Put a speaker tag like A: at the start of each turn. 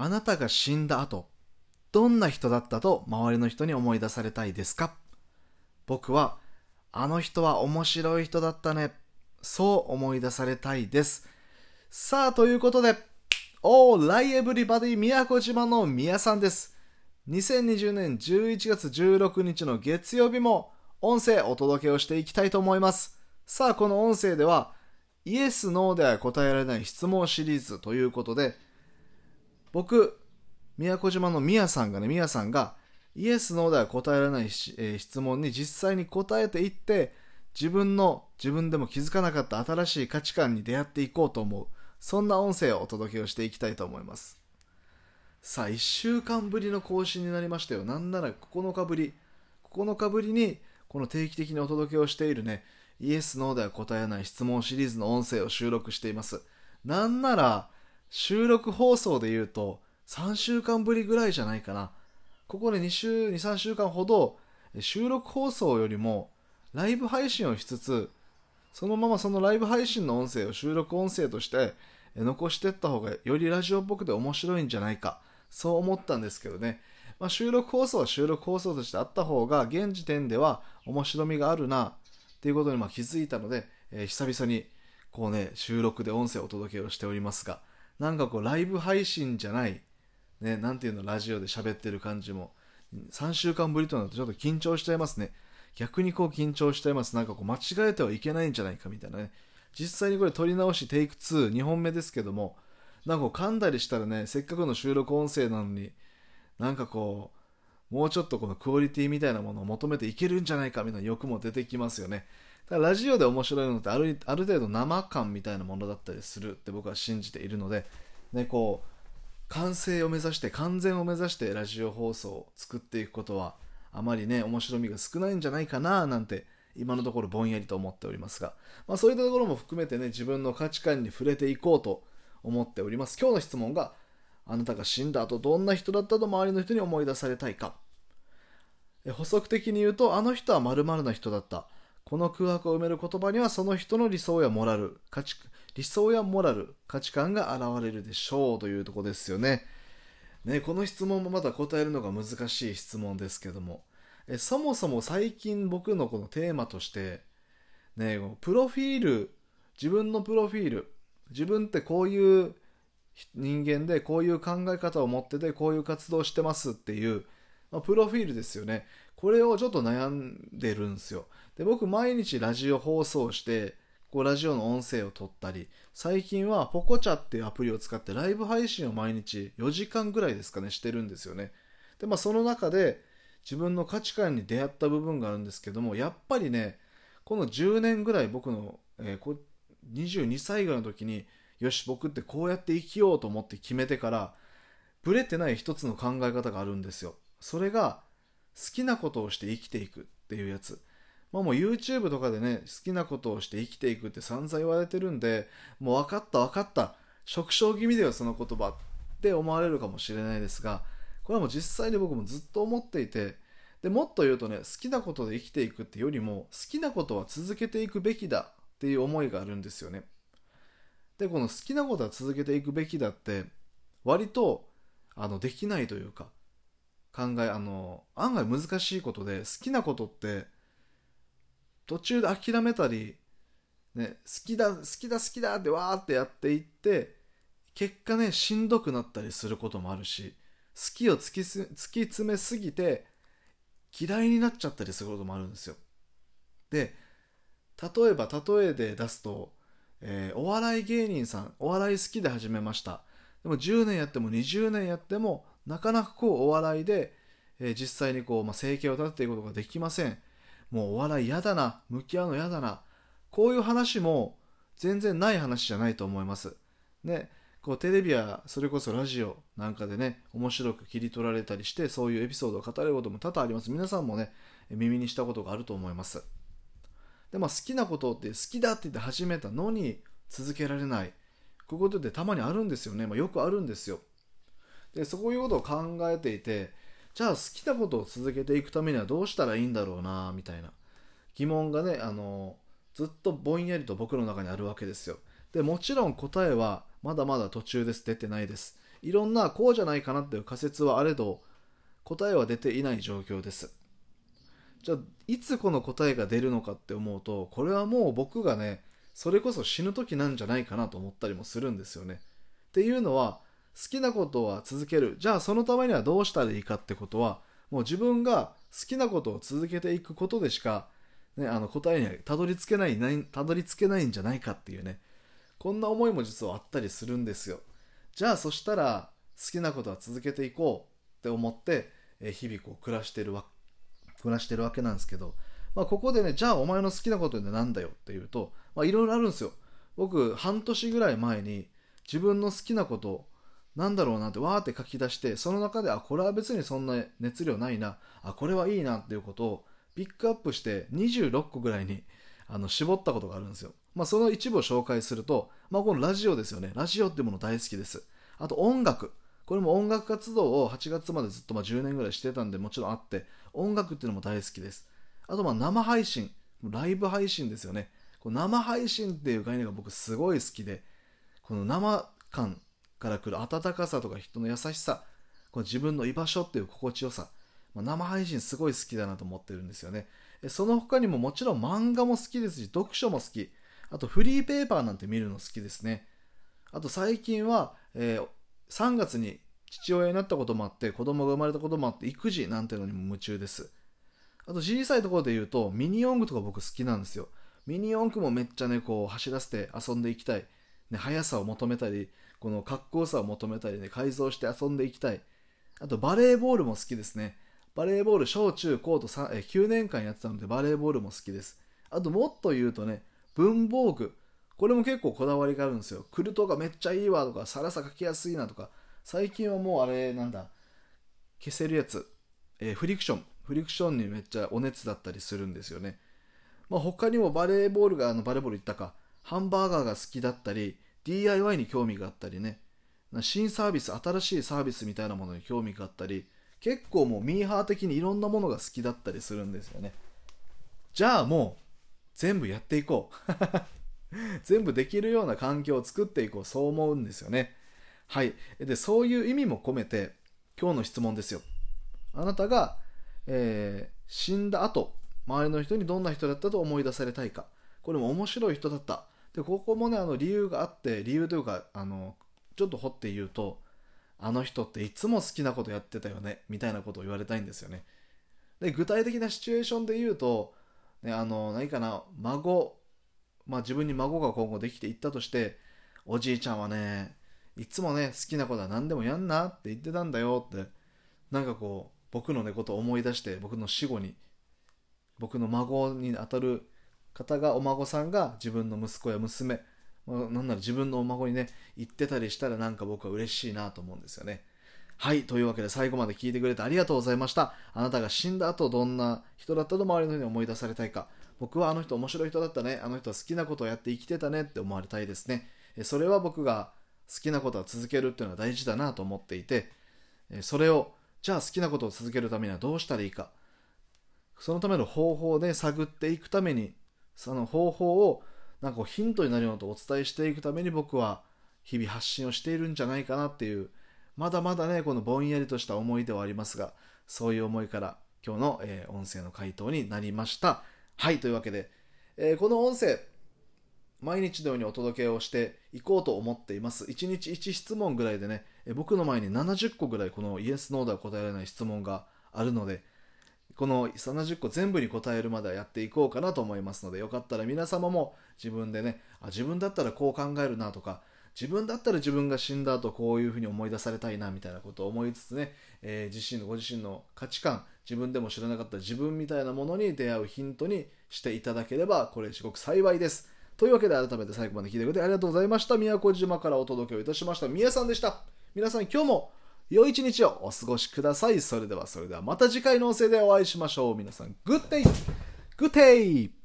A: あなたが死んだ後、どんな人だったと周りの人に思い出されたいですか？僕は、あの人は面白い人だったね。そう思い出されたいです。さあ、ということで、ライエブリバディ宮古島の宮さんです。2020年11月16日の月曜日も音声お届けをしていきたいと思います。さあ、この音声では、イエス・ノーでは答えられない質問シリーズということで、僕、宮古島の宮さんがイエス・ノーでは答えられない質問に実際に答えていって、自分でも気づかなかった新しい価値観に出会っていこうと思う、そんな音声をお届けをしていきたいと思います。さあ、1週間ぶりの更新になりましたよ。なんなら9日ぶりにこの定期的にお届けをしているね、イエス・ノーでは答えない質問シリーズの音声を収録しています。なんなら収録放送で言うと3週間ぶりぐらいじゃないかな。ここで2、3週間ほど収録放送よりもライブ配信をしつつ、そのままそのライブ配信の音声を収録音声として残していった方がよりラジオっぽくて面白いんじゃないか、そう思ったんですけどね。収録放送は収録放送としてあった方が現時点では面白みがあるなっていうことに気づいたので、久々にこうね、収録で音声をお届けをしておりますが、なんかこうライブ配信じゃないね、なんていうの、ラジオで喋ってる感じも3週間ぶりとなるとちょっと緊張しちゃいますね。逆にこう緊張しちゃいます。なんかこう間違えてはいけないんじゃないかみたいなね。実際にこれ撮り直しテイク2、2本目ですけども、なんかこう噛んだりしたらね、せっかくの収録音声なのに、なんかこうもうちょっとこのクオリティみたいなものを求めていけるんじゃないかみたいな欲も出てきますよね。だからラジオで面白いのってある程度生感みたいなものだったりするって僕は信じているので、ね、こう完成を目指して、完全を目指してラジオ放送を作っていくことはあまりね、面白みが少ないんじゃないかななんて今のところぼんやりと思っておりますが、そういったところも含めてね、自分の価値観に触れていこうと思っております。今日の質問が、あなたが死んだ後どんな人だったと周りの人に思い出されたいか。補足的に言うと、あの人は〇〇な人だった。この空白を埋める言葉にはその人の理想やモラル、価値観が現れるでしょうというところですよね。この質問もまた答えるのが難しい質問ですけども、そもそも最近僕のこのテーマとして、プロフィール、自分のプロフィール、自分ってこういう人間でこういう考え方を持っててこういう活動をしてますっていう、プロフィールですよね。これをちょっと悩んでるんですよ。で、僕毎日ラジオ放送してこうラジオの音声を取ったり、最近はポコチャっていうアプリを使ってライブ配信を毎日4時間ぐらいですかね、してるんですよね。で、その中で自分の価値観に出会った部分があるんですけども、やっぱりね、この10年ぐらい僕の、22歳ぐらいの時に、よし僕ってこうやって生きようと思って決めてからブレてない一つの考え方があるんですよ。それが好きなことをして生きていくっていうやつ。もう YouTube とかでね、好きなことをして生きていくって散々言われてるんで、もう分かった縮小気味だよその言葉って思われるかもしれないですが、これはもう実際に僕もずっと思っていて、でもっと言うとね、好きなことで生きていくってよりも好きなことは続けていくべきだっていう思いがあるんですよね。で、この好きなことは続けていくべきだって割とできないというか、案外難しいことで、好きなことって途中で諦めたり、ね、好きだってわーってやっていって、結果ね、しんどくなったりすることもあるし、好きを突き詰めすぎて嫌いになっちゃったりすることもあるんですよ。で、例えで出すと、お笑い芸人さん、お笑い好きで始めました。でも10年やっても20年やってもなかなかこうお笑いで、実際にこう、生計を立てていくことができません。もうお笑い嫌だな、向き合うの嫌だな、こういう話も全然ない話じゃないと思いますね。こうテレビやそれこそラジオなんかでね、面白く切り取られたりして、そういうエピソードを語ることも多々あります。皆さんもね、耳にしたことがあると思います。で、好きなことって好きだって言って始めたのに続けられない、こういうことってたまにあるんですよね。よくあるんですよ。で、そういうことを考えていて、じゃあ好きなことを続けていくためにはどうしたらいいんだろうなみたいな疑問がね、ずっとぼんやりと僕の中にあるわけですよ。で、もちろん答えはまだまだ途中です。出てないです。 いろんなこうじゃないかなっていう仮説はあれど、答えは出ていない状況です。じゃあいつこの答えが出るのかって思うと、これはもう僕がね、それこそ死ぬ時なんじゃないかなと思ったりもするんですよね。っていうのは、好きなことは続ける。じゃあそのためにはどうしたらいいかってことは、もう自分が好きなことを続けていくことでしか、ね、答えにはたどり着けないんじゃないかっていうね、こんな思いも実はあったりするんですよ。じゃあそしたら好きなことは続けていこうって思って、日々こう暮らしてるわけなんですけど、ここでね、じゃあお前の好きなことってなんだよっていうと、いろいろあるんですよ。僕半年ぐらい前に自分の好きなことなんだろうなってわーって書き出して、その中でこれは別にそんな熱量ないな、これはいいなっていうことをピックアップして26個ぐらいに絞ったことがあるんですよ。その一部を紹介すると、このラジオですよね。ラジオってもの大好きです。あと音楽、これも音楽活動を8月までずっと10年ぐらいしてたんでもちろんあって、音楽っていうのも大好きです。あと生配信、ライブ配信ですよね。この生配信っていう概念が僕すごい好きで、この生感から来る温かさとか人の優しさ、この自分の居場所っていう心地よさ、生配信すごい好きだなと思ってるんですよね。その他にももちろん漫画も好きですし、読書も好き。あとフリーペーパーなんて見るの好きですね。あと最近は、3月に父親になったこともあって、子供が生まれたこともあって、育児なんてのにも夢中です。あと小さいところで言うと、ミニ四駆とか僕好きなんですよ。ミニ四駆もめっちゃね、こう走らせて遊んでいきたい。ね、速さを求めたり、このかっこよさを求めたりね、改造して遊んでいきたい。あとバレーボールも好きですね。バレーボール小中高と9年間やってたので、バレーボールも好きです。あともっと言うとね、文房具。これも結構こだわりがあるんですよ。クルトがめっちゃいいわとか、サラサ書きやすいなとか、最近はもう消せるやつ、フリクションにめっちゃお熱だったりするんですよね。他にもバレーボール言ったか、ハンバーガーが好きだったり、DIY に興味があったりね、新サービス、新しいサービスみたいなものに興味があったり、結構もうミーハー的にいろんなものが好きだったりするんですよね。じゃあもう全部やっていこう全部できるような環境を作っていこう、そう思うんですよね。はい。で、そういう意味も込めて今日の質問ですよ。あなたが、死んだ後、周りの人にどんな人だったと思い出されたいか。これも面白い人だった。で、ここもね、理由があって、理由というか、ちょっと掘って言うと、あの人っていつも好きなことやってたよね、みたいなことを言われたいんですよね。で、具体的なシチュエーションで言うと、ね、何かな、自分に孫が今後できていったとして、おじいちゃんはね、いつもね、好きなことは何でもやんなって言ってたんだよって、僕のことを思い出して、僕の死後に、僕の孫にあたる方が、お孫さんが自分の息子や娘、なんなら自分のお孫にね、言ってたりしたら僕は嬉しいなと思うんですよね。はい、というわけで最後まで聞いてくれてありがとうございました。あなたが死んだ後どんな人だったと周りの人に思い出されたいか。僕はあの人面白い人だったね、あの人は好きなことをやって生きてたねって思われたいですね。それは僕が好きなことは続けるっていうのは大事だなと思っていて、それをじゃあ好きなことを続けるためにはどうしたらいいか、そのための方法で探っていくために、その方法をヒントになるようなとお伝えしていくために僕は日々発信をしているんじゃないかなっていう、まだまだね、このぼんやりとした思いではありますが、そういう思いから今日の、音声の回答になりました。はい、というわけで、この音声毎日のようにお届けをしていこうと思っています。1日1質問ぐらいでね、僕の前に70個ぐらいこのイエスノーでは答えられない質問があるので、この70個全部に答えるまではやっていこうかなと思いますので、よかったら皆様も自分でね、自分だったらこう考えるなとか、自分だったら自分が死んだ後こういうふうに思い出されたいなみたいなことを思いつつね、ご自身の価値観、自分でも知らなかった自分みたいなものに出会うヒントにしていただければ、これすごく幸いです。というわけで改めて最後まで聞いてくれてありがとうございました。宮古島からお届けをいたしました宮さんでした。皆さん今日も良い一日をお過ごしください。それではまた次回の音声でお会いしましょう。皆さん、グッデイ